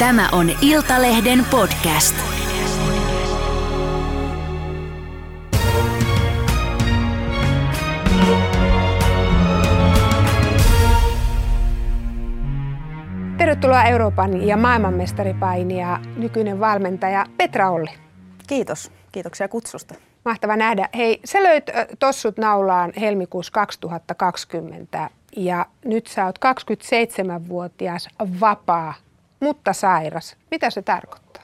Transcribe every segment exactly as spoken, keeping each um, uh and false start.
Tämä on Iltalehden podcast. Tervetuloa Euroopan ja maailmanmestaripainija, nykyinen valmentaja Petra Olli. Kiitos. Kiitoksia kutsusta. Mahtava nähdä. Hei, sä löit tossut naulaan helmikuussa kaksituhattakaksikymmentä ja nyt sä oot kaksikymmentäseitsemänvuotias vapaa, mutta sairas. Mitä se tarkoittaa?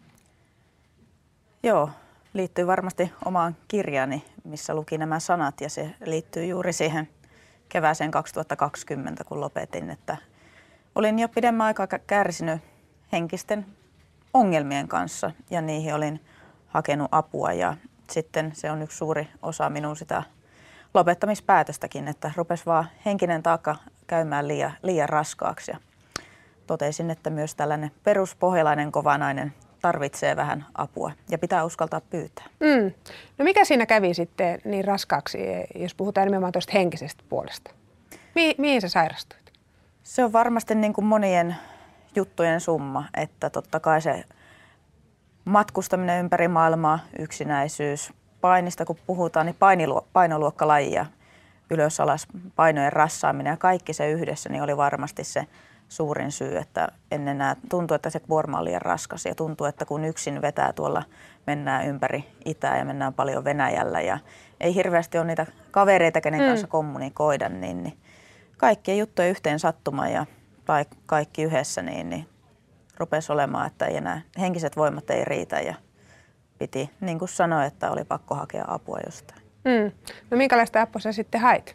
Joo, liittyy varmasti omaan kirjaani, missä luki nämä sanat ja se liittyy juuri siihen kevääseen kaksituhattakaksikymmentä, kun lopetin, että olin jo pidemmän aikaa kärsinyt henkisten ongelmien kanssa ja niihin olin hakenut apua ja sitten se on yksi suuri osa minun sitä lopettamispäätöstäkin, että rupesi vaan henkinen taakka käymään liian, liian raskaaksi ja totesin, että myös tällainen peruspohjalainen kovanainen tarvitsee vähän apua ja pitää uskaltaa pyytää. Mm. No mikä siinä kävi sitten niin raskaaksi, jos puhutaan nimenomaan tuosta henkisestä puolesta? Mi- mihin sä sairastuit? Se on varmasti niin kuin monien juttujen summa, että totta kai se matkustaminen ympäri maailmaa, yksinäisyys, painista kun puhutaan, niin painiluo, painoluokkalaji ja ylös alas painojen rassaaminen ja kaikki se yhdessä, niin oli varmasti se suurin syy, että ennen nämä tuntuu, että se kuorma on liian raskas ja tuntuu, että kun yksin vetää tuolla, mennään ympäri itää ja mennään paljon Venäjällä ja ei hirveästi ole niitä kavereita, kenen mm. kanssa kommunikoida, niin, niin kaikkien juttujen yhteen sattuma ja tai kaikki yhdessä, niin, niin rupesi olemaan, että ei enää henkiset voimat ei riitä ja piti, niin kuin sanoin, että oli pakko hakea apua jostain. Mm. No minkälaista apua sä sitten hait?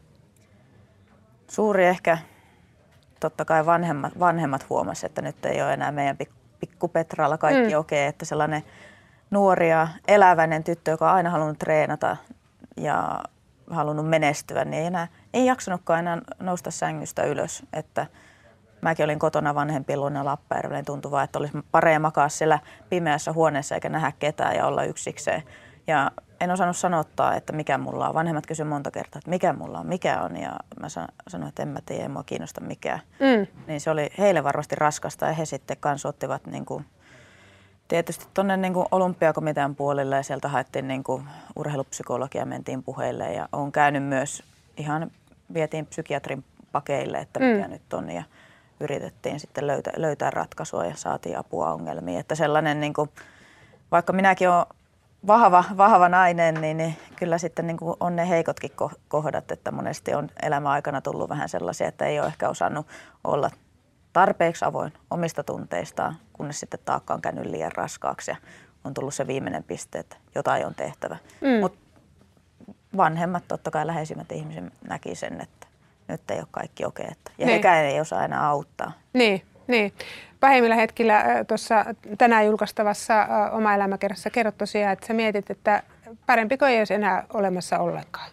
Suuri ehkä, totta kai vanhemmat, vanhemmat huomasivat, että nyt ei ole enää meidän pikku Petralla kaikki mm. okei, okay, että sellainen nuori ja eläväinen tyttö, joka on aina halunnut treenata ja halunnut menestyä, niin ei, enää, ei jaksanutkaan enää nousta sängystä ylös, että mäkin olin kotona vanhempien luona Lappajärvellä, niin tuntui vaan, että olisi parempi makaa siellä pimeässä huoneessa eikä nähdä ketään ja olla yksikseen. Ja en osannut sanottaa, että mikä mulla on. Vanhemmat kysyivät monta kertaa, että mikä mulla on, mikä on. Ja mä sanoin, että en mä tiedä, ei mua kiinnosta mikään. Mm. Niin se oli heille varmasti raskasta ja he sitten kanssa ottivat niin kuin, tietysti tuonne niin kuin olympiakomitean puolelle ja sieltä haettiin niin kuin urheilupsykologia, mentiin puheille ja olen käynyt myös ihan, vietiin psykiatrin pakeille, että mikä mm. nyt on ja yritettiin sitten löytää, löytää ratkaisua ja saatiin apua ongelmiin. Että sellainen, niin kuin, vaikka minäkin olen vahva, vahva nainen, niin, niin kyllä sitten niin kuin on ne heikotkin kohdat, että monesti on elämän aikana tullut vähän sellaisia, että ei ole ehkä osannut olla tarpeeksi avoin omista tunteistaan, kunnes sitten taakka on käynyt liian raskaaksi ja on tullut se viimeinen piste, että jotain on tehtävä. Mm. Mutta vanhemmat, totta kai läheisimmät ihmiset näki sen, että nyt ei ole kaikki okei. Okay, ja niin. Hekään ei osaa enää auttaa. Niin, niin. Pahimmilla hetkillä tuossa tänään julkaistavassa Oma elämäkerrassa kerrot tosiaan, että sä mietit, että parempiko ei olisi enää olemassa ollenkaan.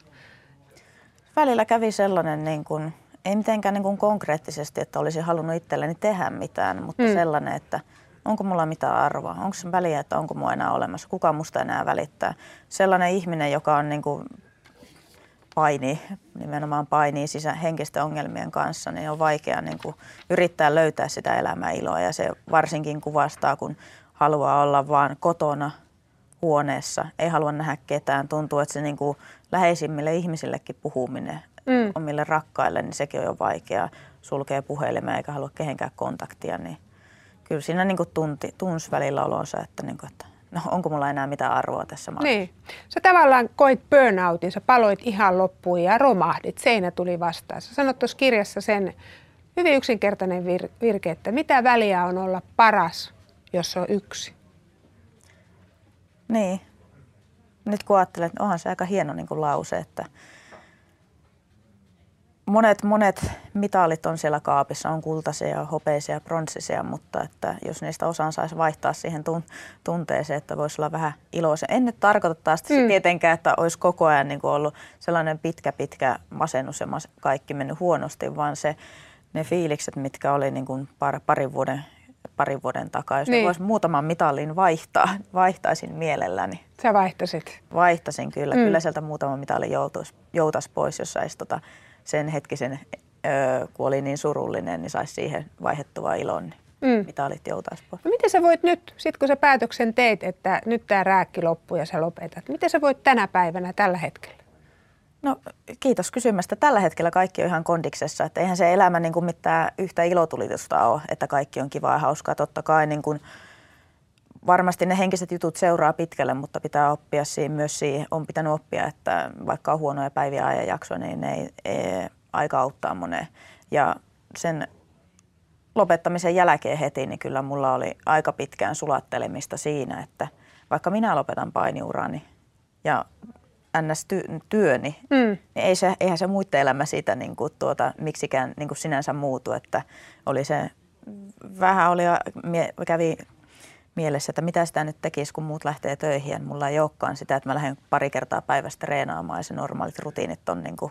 Välillä kävi sellainen, niin kuin, ei mitenkään niin kuin konkreettisesti, että olisin halunnut itselleni tehdä mitään, mutta mm. sellainen, että onko mulla mitään arvoa, onko se väliä, että onko mua enää olemassa, kuka musta enää välittää. Sellainen ihminen, joka on niin kuin painii, nimenomaan painii sisä, henkisten ongelmien kanssa, niin on vaikea niin kuin yrittää löytää sitä elämäiloa ja se varsinkin kuvastaa, kun haluaa olla vaan kotona huoneessa, ei halua nähdä ketään, tuntuu, että se niin kuin läheisimmille ihmisillekin puhuminen, mm. omille rakkaille, niin sekin on jo vaikeaa, sulkee puhelimeen eikä halua kehenkään kontaktia, niin kyllä siinä niin kuin tunti, tunsi välillä olonsa, että, niin kuin, että no onko mulla enää mitään arvoa tässä maailmassa. Niin. Sä tavallaan koit burnoutin, sä paloit ihan loppuun ja romahdit, seinä tuli vastaan. Sä sanot tuossa kirjassa sen hyvin yksinkertainen vir- virke, että mitä väliä on olla paras, jos on yksi. Niin. Nyt kun ajattelen, että onhan se aika hieno niin kuin lause, että Monet, monet mitalit on siellä kaapissa, on kultaisia, hopeisia, pronssisia, mutta että jos niistä osan saisi vaihtaa siihen tunteeseen, että voisi olla vähän iloisia. En nyt tarkoita taas mm. tietenkään, että olisi koko ajan niin kuin ollut sellainen pitkä, pitkä masennus ja kaikki mennyt huonosti, vaan se, ne fiilikset, mitkä oli niin kuin par, parin, vuoden, parin vuoden takaa. Jos niin. voisi muutaman mitalin vaihtaa, vaihtaisin mielelläni. Sä vaihtasit? Vaihtasin kyllä. Mm. Kyllä sieltä muutaman mitalin joutuisi, joutaisi pois, jos saisi tota sen hetkisen, kun oli niin surullinen, niin saisi siihen vaihdettua ilon. mm. mitalit joutaispois. No miten sä voit nyt, sit kun sä päätöksen teit, että nyt tää rääkki loppuu ja sä lopetat, miten sä voit tänä päivänä tällä hetkellä? No kiitos kysymästä. Tällä hetkellä kaikki on ihan kondiksessa, että eihän se elämä niin kuin mitään yhtä ilotulitusta ole, että kaikki on kivaa ja hauskaa. Totta kai niin kuin varmasti ne henkiset jutut seuraa pitkälle, mutta pitää oppia siihen, myös siihen. On pitänyt oppia, että vaikka on huonoja päiviä ajanjaksoja, niin ne ei, ei aika auttaa moneen. Ja sen lopettamisen jälkeen heti, niin kyllä mulla oli aika pitkään sulattelemista siinä, että vaikka minä lopetan painiurani ja ns-työni, mm. niin ei se, eihän se muiden elämä siitä niin kuin tuota, miksikään niin kuin sinänsä muutu, että oli se, vähän oli, kävi mielessä, että mitä sitä nyt tekisi, kun muut lähtee töihin ja mulla ei olekaan sitä, että mä lähden pari kertaa päivästä treenaamaan ja se normaalit rutiinit on niin kuin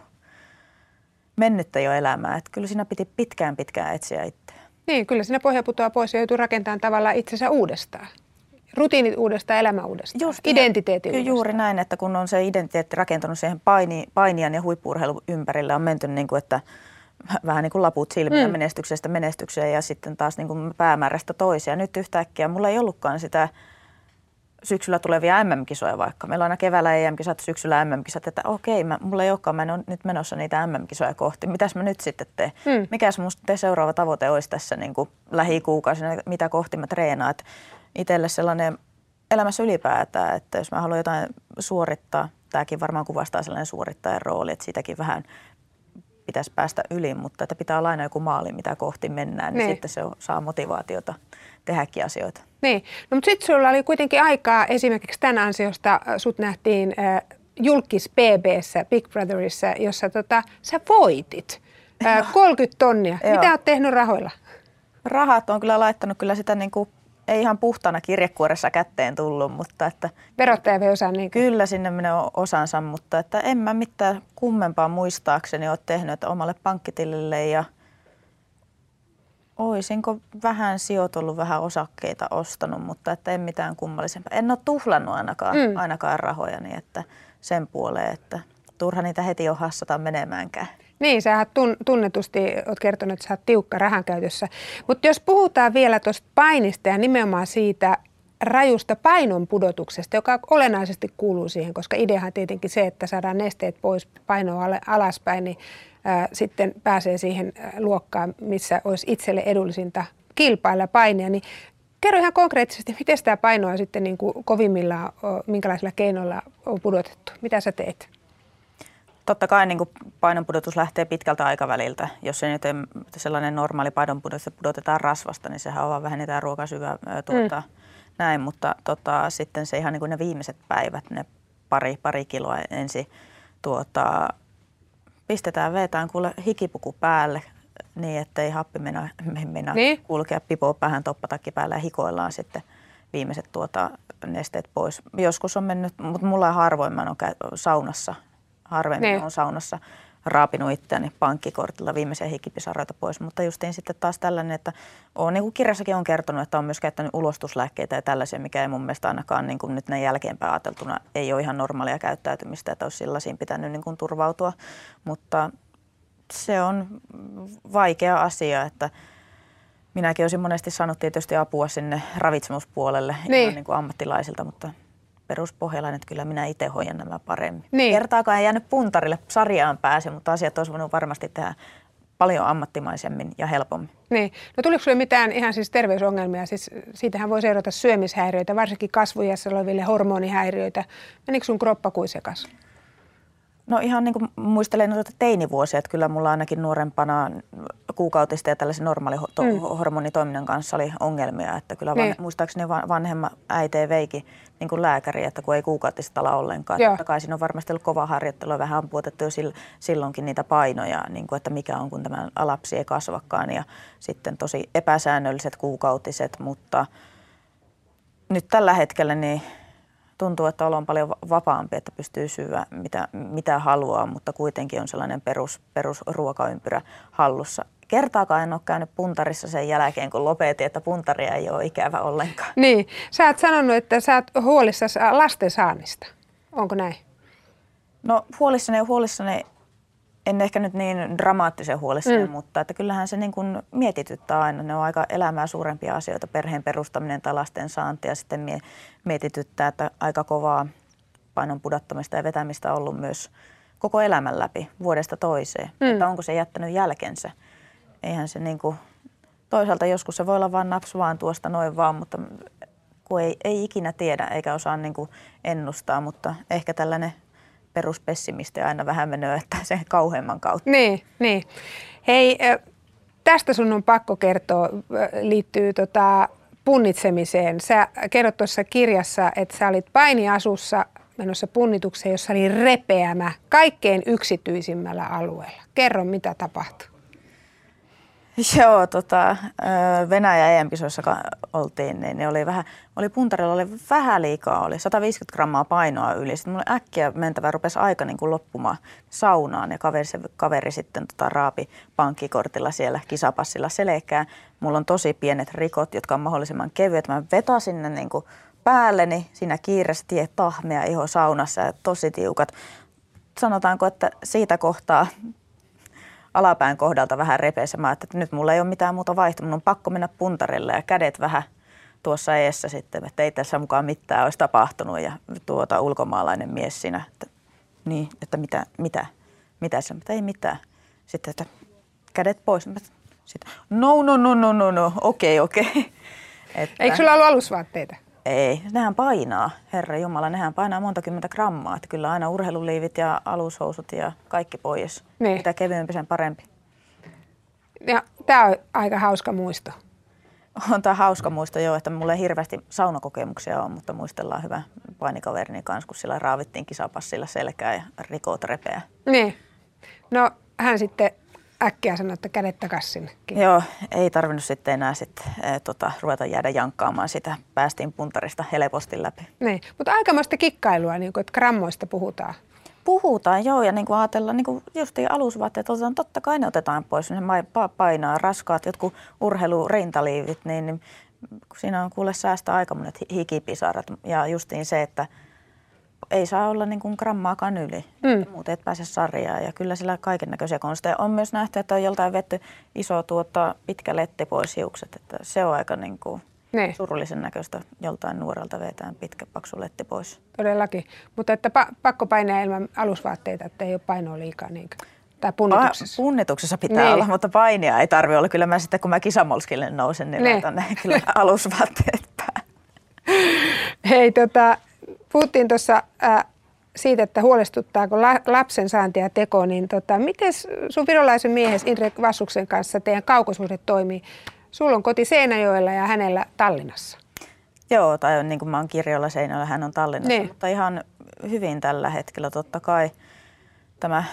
mennyttä jo elämää, että kyllä siinä piti pitkään pitkään etsiä itseä. Niin, kyllä siinä pohja putoaa pois ja joutuu rakentamaan tavallaan itsensä uudestaan. Rutiinit uudestaan, elämä uudestaan, Just, identiteetti kyllä uudestaan. Juuri näin, että kun on se identiteetti rakentunut siihen paini, painijan ja huippu-urheilun ympärille, on menty niin kuin, että vähän niin kuin laput silmiä mm. menestyksestä menestykseen ja sitten taas niin kuin päämäärästä toisia. Nyt yhtäkkiä mulla ei ollutkaan sitä syksyllä tulevia M M-kisoja vaikka. Meillä on aina keväällä E M-kisat, syksyllä M M-kisat, että okei, mä, mulla ei olekaan, mä en ole nyt menossa niitä M M-kisoja kohti. Mitäs mä nyt sitten teen? Mm. Mikäs musta seuraava tavoite olisi tässä niin kuin lähikuukausina, mitä kohti mä treenaan? Itselle sellainen elämässä ylipäätään, että jos mä haluan jotain suorittaa, tämäkin varmaan kuvastaa sellainen suorittajan rooli, että siitäkin vähän pitäisi päästä yli, mutta että pitää olla aina joku maali, mitä kohti mennään, niin, niin sitten se saa motivaatiota tehdäkin asioita. Niin, no mutta sitten sulla oli kuitenkin aikaa, esimerkiksi tämän ansiosta sut nähtiin äh, julkis B B:ssä, Big Brotherissa, jossa tota, sä voitit äh, kolmekymmentä tonnia. Mitä oot tehnyt rahoilla? Rahat on kyllä laittanut kyllä sitä niin kuin ei ihan puhtaana kirjekuoressa kätteen tullut, mutta että verottaja vei osan niin kuin. Kyllä sinne menee osansa, mutta että en mä mitään kummempaa muistaakseni ole tehnyt, että omalle pankkitilille ja oisinko vähän sijoitellut, vähän osakkeita ostanut, mutta että en mitään kummallisempaa. En ole tuhlannut ainakaan, mm. ainakaan rahoja, niin että sen puoleen, että turha niitä heti jo hassata menemäänkään. Niin, sä tunnetusti oot kertonut, että sä oot tiukka rahan käytössä. Mutta jos puhutaan vielä tuosta painista ja nimenomaan siitä rajusta painon pudotuksesta, joka olennaisesti kuuluu siihen, koska ideahan tietenkin se, että saadaan nesteet pois, painoa alaspäin, niin ää, sitten pääsee siihen luokkaan, missä olisi itselle edullisinta kilpailla painia. Niin kerro ihan konkreettisesti, miten sitä painoa sitten niin kuin kovimmillaan, minkälaisilla keinoilla on pudotettu? Mitä sä teet? Totta kai niin kuin painonpudotus lähtee pitkältä aikaväliltä. Jos se nyt sellainen normaali painonpudotus pudotetaan rasvasta, niin sehän on vaan vähennetään ruokasyvää tuota, mm. näin. Mutta tota, sitten se ihan niin kuin ne viimeiset päivät, ne pari, pari kiloa ensin tuota, pistetään, vetään kuule hikipuku päälle niin, ettei happi mennä, mennä niin. kulkea pipoa päähän, toppatakki päällä ja hikoillaan sitten viimeiset tuota, nesteet pois. Joskus on mennyt, mutta mulla harvoin mä oon saunassa. Harvemmin ne. on saunassa raapinut itseäni pankkikortilla viimeisiä hikipisaroita pois, mutta justiin sitten taas tällainen, että on, niin kuin kirjassakin on kertonut, että on myös käyttänyt ulostuslääkkeitä ja tällaisia, mikä ei mun mielestä ainakaan niin kuin nyt näin jälkeenpäin ajateltuna ei ole ihan normaalia käyttäytymistä, että olisi sellaisiin pitänyt niin kuin turvautua, mutta se on vaikea asia, että minäkin olisin monesti saanut tietysti apua sinne ravitsemuspuolelle niin. ihan niin kuin ammattilaisilta, mutta peruspohjalainen, että kyllä minä itse hoidan nämä paremmin. Niin. Kertaakaan ei jäänyt puntarille, sarjaan pääse, mutta asiat olisi voinut varmasti tehdä paljon ammattimaisemmin ja helpommin. Niin. No tuliko sinulle mitään ihan siis terveysongelmia? Siis siitähän voi seurata syömishäiriöitä, varsinkin kasvuiässä oleville hormonihäiriöitä. Menikö sun kroppa kuin sekas? No ihan niin kuin muistelen noita teinivuosia, että kyllä mulla ainakin nuorempana kuukautista ja tällaisen normaali mm. hormonitoiminnan kanssa oli ongelmia. Että kyllä van, muistaakseni vanhemma äiti veikin niin kuin lääkäri, että kun ei kuukautista ala ollenkaan. Totta kai siinä on varmasti ollut kova harjoittelu ja vähän ampuotettu jo silloinkin niitä painoja, niin kuin, että mikä on, kun tämä lapsi ei kasvakaan. Ja sitten tosi epäsäännölliset kuukautiset, mutta nyt tällä hetkellä niin tuntuu, että olo on paljon vapaampi, että pystyy syödä mitä, mitä haluaa, mutta kuitenkin on sellainen perus, perusruokaympyrä hallussa. Kertaakaan en ole käynyt puntarissa sen jälkeen, kun lopetin, että puntaria ei ole ikävä ollenkaan. Niin. Sä oot sanonut, että sä oot huolissasi lasten saannista. Onko näin? No huolissani ja huolissani en ehkä nyt niin dramaattisen huolissani, Mm. mutta että kyllähän se niin kuin mietityttää aina. Ne on aika elämää suurempia asioita, perheen perustaminen tai lasten saanti ja sitten mie- mietityttää, että aika kovaa painon pudottamista ja vetämistä on ollut myös koko elämän läpi vuodesta toiseen. Mm. Että onko se jättänyt jälkensä? Eihän se niin kuin, toisaalta joskus se voi olla vaan naps vaan tuosta noin vaan, mutta kun ei, ei ikinä tiedä eikä osaa niin kuin ennustaa, mutta ehkä tällainen peruspessimisti aina vähän menee, että sen kauheimman kautta. Niin, niin. Hei, äh, tästä sun on pakko kertoa, äh, liittyy tota punnitsemiseen. Sä kerrot tuossa kirjassa, että sä olit painiasussa menossa punnitukseen, jossa oli repeämä kaikkein yksityisimmällä alueella. Kerro, mitä tapahtui. Joo, tota, Venäjän E M-kisoissa oltiin, niin ne oli vähän, oli puntarilla oli vähän liikaa, oli sata viisikymmentä grammaa painoa yli. Sitten mulle äkkiä mentävä rupesi aika niin kuin loppumaan saunaan ja kaveri, se kaveri sitten tota, raapi pankkikortilla siellä kisapassilla selkään. Mulla on tosi pienet rikot, jotka on mahdollisimman kevyet. Mä vetosin ne niin kuin päälleni, siinä kiireessä tie tahmea iho saunassa ja tosi tiukat. Sanotaanko, että siitä kohtaa alapään kohdalta vähän repesemään, että nyt mulla ei ole mitään muuta vaihtoehtoa. Mun on pakko mennä puntarille ja kädet vähän tuossa eessä sitten, että ei tässä mukaan mitään olisi tapahtunut. Ja tuota ulkomaalainen mies siinä, että niin, että mitä, mitä, mitä se, että ei mitään. Sitten, että kädet pois. Sitten, no, no, no, no, no, no, okei, okei. Että Eikö sulla ollut alusvaatteita? ei, nehän painaa, herra jumala, nehän painaa monta kymmentä grammaa. Että kyllä aina urheiluliivit ja alushousut ja kaikki pois. Niin. Mitä kevyempi, sen parempi. Ja tää on aika hauska muisto. On tämä hauska muisto joo, että mulla ei hirveästi saunakokemuksia ole, mutta muistellaan hyvä painikaverini kanssa, kun sillä raavittiin kisapassilla selkää ja rikot repeä. Niin. No hän sitten äkkiä sanoi, että kädet takaisin sinnekin. Joo, ei tarvinnut sitten enää sit, e, tota, ruveta jäädä jankkaamaan sitä. Päästiin puntarista helposti läpi. Niin. Mutta aikamoista kikkailua, niin kuin, että grammoista puhutaan. Puhutaan joo, ja niin kuin ajatellaan, niin kuin justiin alusvaatteet otetaan, totta kai ne otetaan pois, ne painaa raskaat, jotkut urheilurintaliivit, niin, niin siinä on kuule säästää aika monet hikipisarat. Ja justiin se, että ei saa olla niin kuin grammaakaan yli, mm. muuten et pääse sarjaan. Ja kyllä sillä kaiken näköisiä konsteja. On myös nähty, että on joltain vetty iso tuota, pitkä letti pois hiukset, että se on aika niin kuin Ne. surullisen näköistä joltain nuorelta vetään pitkä paksu letti pois. Todellakin. Mutta että pa- pakko painaa ilman alusvaatteita, että ei ole painoa liikaa niinkö? Tai punnituksessa. Pa- punnituksessa pitää niin. olla, mutta painia ei tarvitse olla. Kyllä mä sitten, kun mä kisamolskille nousen, niin Ne. laitan ne kyllä alusvaatteet päälle. Hei, tota, puhuttiin tuossa äh, siitä, että huolestuttaako la- lapsen saanti ja teko, niin tota, miten sun virolaisen miehes Indrek Vassuksen kanssa teidän kaukosuhde toimii? Sulla on koti Seinäjoella ja hänellä Tallinnassa. Joo, tai niin kuin mä oon kirjoilla Seinäjoella, hän on Tallinnassa, Ne. mutta ihan hyvin tällä hetkellä. Totta kai tämä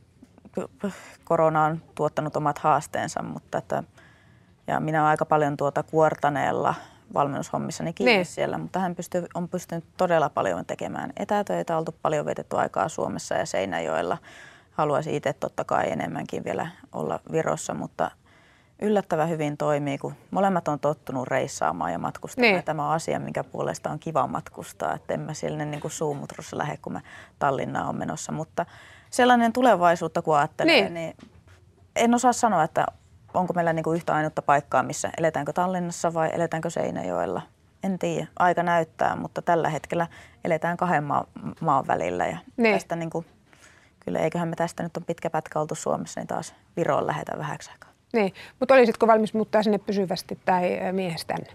korona on tuottanut omat haasteensa, mutta että, ja minä olen aika paljon tuota kuortaneella valmennushommissani kiinni Ne. siellä, mutta hän pystyy, on pystynyt todella paljon tekemään etätöitä, on oltu paljon vietetty aikaa Suomessa ja Seinäjoella. Haluaisin itse totta kai enemmänkin vielä olla Virossa, mutta yllättävän hyvin toimii, kun molemmat on tottunut reissaamaan ja matkustamaan. Niin. Tämä on asia, minkä puolesta on kiva matkustaa, että en mä sille niin kuin suumutrussa lähde, kun mä Tallinnaan on menossa, mutta sellainen tulevaisuutta, kun ajattelee, Niin. niin en osaa sanoa, että onko meillä niin kuin yhtä ainutta paikkaa, missä eletäänkö Tallinnassa vai eletäänkö Seinäjoella. En tiedä, aika näyttää, mutta tällä hetkellä eletään kahden maan, maan välillä ja Niin. tästä niin kuin, kyllä eiköhän me tästä nyt on pitkä pätkä oltu Suomessa, niin taas Viroon lähdetään vähäksi aikaa. Niin, mutta olisitko valmis muuttaa sinne pysyvästi tai äh, miehes tänne?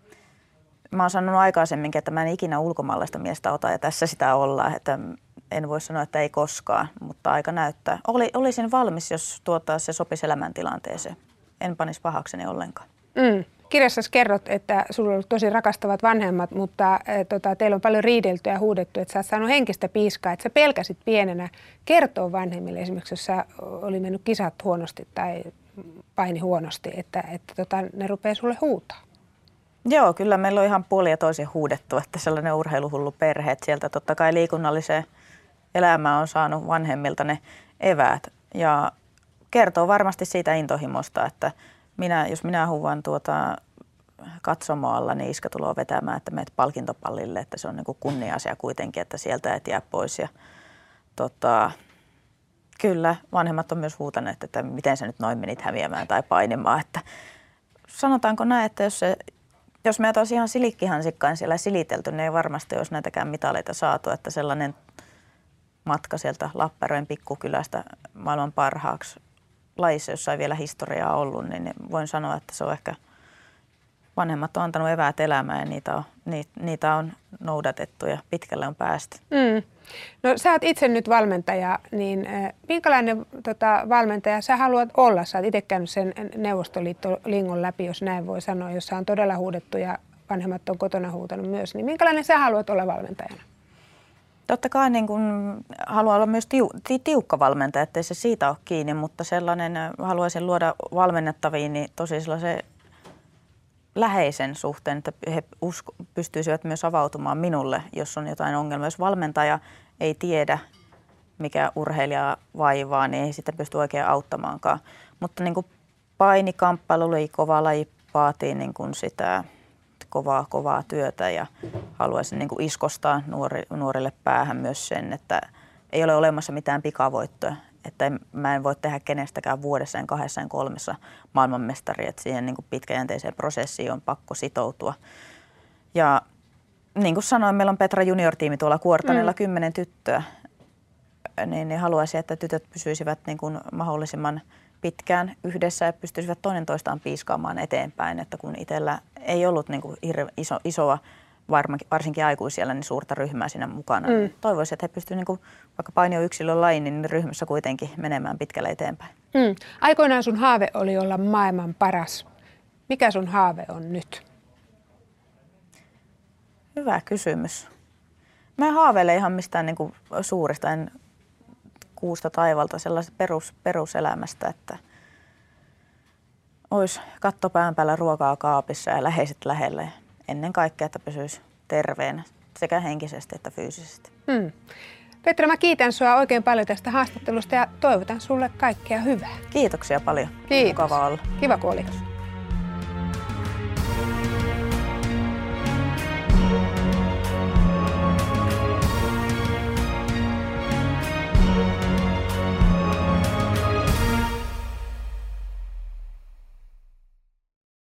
Mä oon sanonut aikaisemminkin, että mä en ikinä ulkomaalaista miestä ota ja tässä sitä ollaan, että en voi sanoa, että ei koskaan, mutta aika näyttää. Oli, olisin valmis, jos tuota, se sopisi elämäntilanteeseen. En panisi pahakseni ollenkaan. Mm. Kirjassasi kerrot, että sulla on ollut tosi rakastavat vanhemmat, mutta äh, tota, teillä on paljon riidelty ja huudettu, että sä oot saanut henkistä piiskaa, että sä pelkäsit pienenä kertoa vanhemmille, esimerkiksi jos sä oli mennyt kisat huonosti tai paini huonosti, että, että tota, ne rupeaa sulle huutaa. Joo, kyllä meillä on ihan puoli ja toisin huudettu, että sellainen urheiluhullu perhe, että sieltä totta kai liikunnalliseen elämään on saanut vanhemmilta ne eväät ja kertoo varmasti siitä intohimosta, että minä, jos minä huuan tuota katsomoalla, niin iskä tulee vetämään, että meet palkintopallille, että se on niin kuin kunnia-asia kuitenkin, että sieltä et jää pois ja tota, Kyllä, vanhemmat on myös huutaneet, että miten sä nyt noin menit häviämään tai painimaan. Että sanotaanko näin, että jos, se, jos meitä olisi ihan silikkihansikkain siellä silitelty, niin ei varmasti olisi näitäkään mitaleita saatu. Että sellainen matka sieltä Lappeenrannan pikkukylästä maailman parhaaksi lajissa, jossa ei vielä historiaa ollut, niin voin sanoa, että se on ehkä vanhemmat on antanut eväät elämään ja niitä on, niitä on noudatettu ja pitkälle on päästy. Mm. No sä oot itse nyt valmentaja, niin äh, minkälainen tota, valmentaja sä haluat olla? Sä oot itse käynyt sen Neuvostoliitto-lingon läpi, jos näin voi sanoa, jossa on todella huudettu ja vanhemmat on kotona huutanut myös. Niin minkälainen sä haluat olla valmentajana? Totta kai niin kun haluan olla myös tiu, tiukka valmentaja, ettei se siitä ole kiinni, mutta sellainen haluaisin luoda valmennettaviin niin tosi sellaisen läheisen suhteen, että he usko, pystyisivät myös avautumaan minulle, jos on jotain ongelmaa. Jos valmentaja ei tiedä, mikä urheilija vaivaa, niin ei sitten pysty oikein auttamaankaan. Mutta niin kuin painikamppailu oli kova laji, vaatii niin kuin sitä kovaa, kovaa työtä ja haluaisin niin kuin iskostaa nuori, nuorille päähän myös sen, että ei ole olemassa mitään pikavoittoja. Että mä en voi tehdä kenestäkään vuodessa, en kahdessa, en kolmessa maailmanmestari, että siihen niin kuin pitkäjänteiseen prosessiin on pakko sitoutua. Ja niin kuin sanoin, meillä on Petra junior-tiimi tuolla Kuortanella, mm. kymmenen tyttöä, niin, niin haluaisin, että tytöt pysyisivät niin kuin mahdollisimman pitkään yhdessä ja pystyisivät toinen toistaan piiskaamaan eteenpäin, että kun itsellä ei ollut niin kuin iso, isoa, varsinkin aikuisilla, niin suurta ryhmää siinä mukana. Mm. Toivoisin, että he pystyvät, niin kuin, vaikka paini on yksilön laji, niin ryhmässä kuitenkin menemään pitkälle eteenpäin. Mm. Aikoinaan sun haave oli olla maailman paras. Mikä sun haave on nyt? Hyvä kysymys. Mä en haaveile ihan mistään niin kuin suurista, en kuusta taivalta, sellaisesta perus, peruselämästä, että olisi katto pään päällä, ruokaa kaapissa ja läheiset lähellä. Ennen kaikkea, että pysyisi terveenä sekä henkisesti että fyysisesti. Hmm. Petra, mä kiitän sua oikein paljon tästä haastattelusta ja toivotan sulle kaikkea hyvää. Kiitoksia paljon. Kiitos. Mukava olla. Kiva kun olit.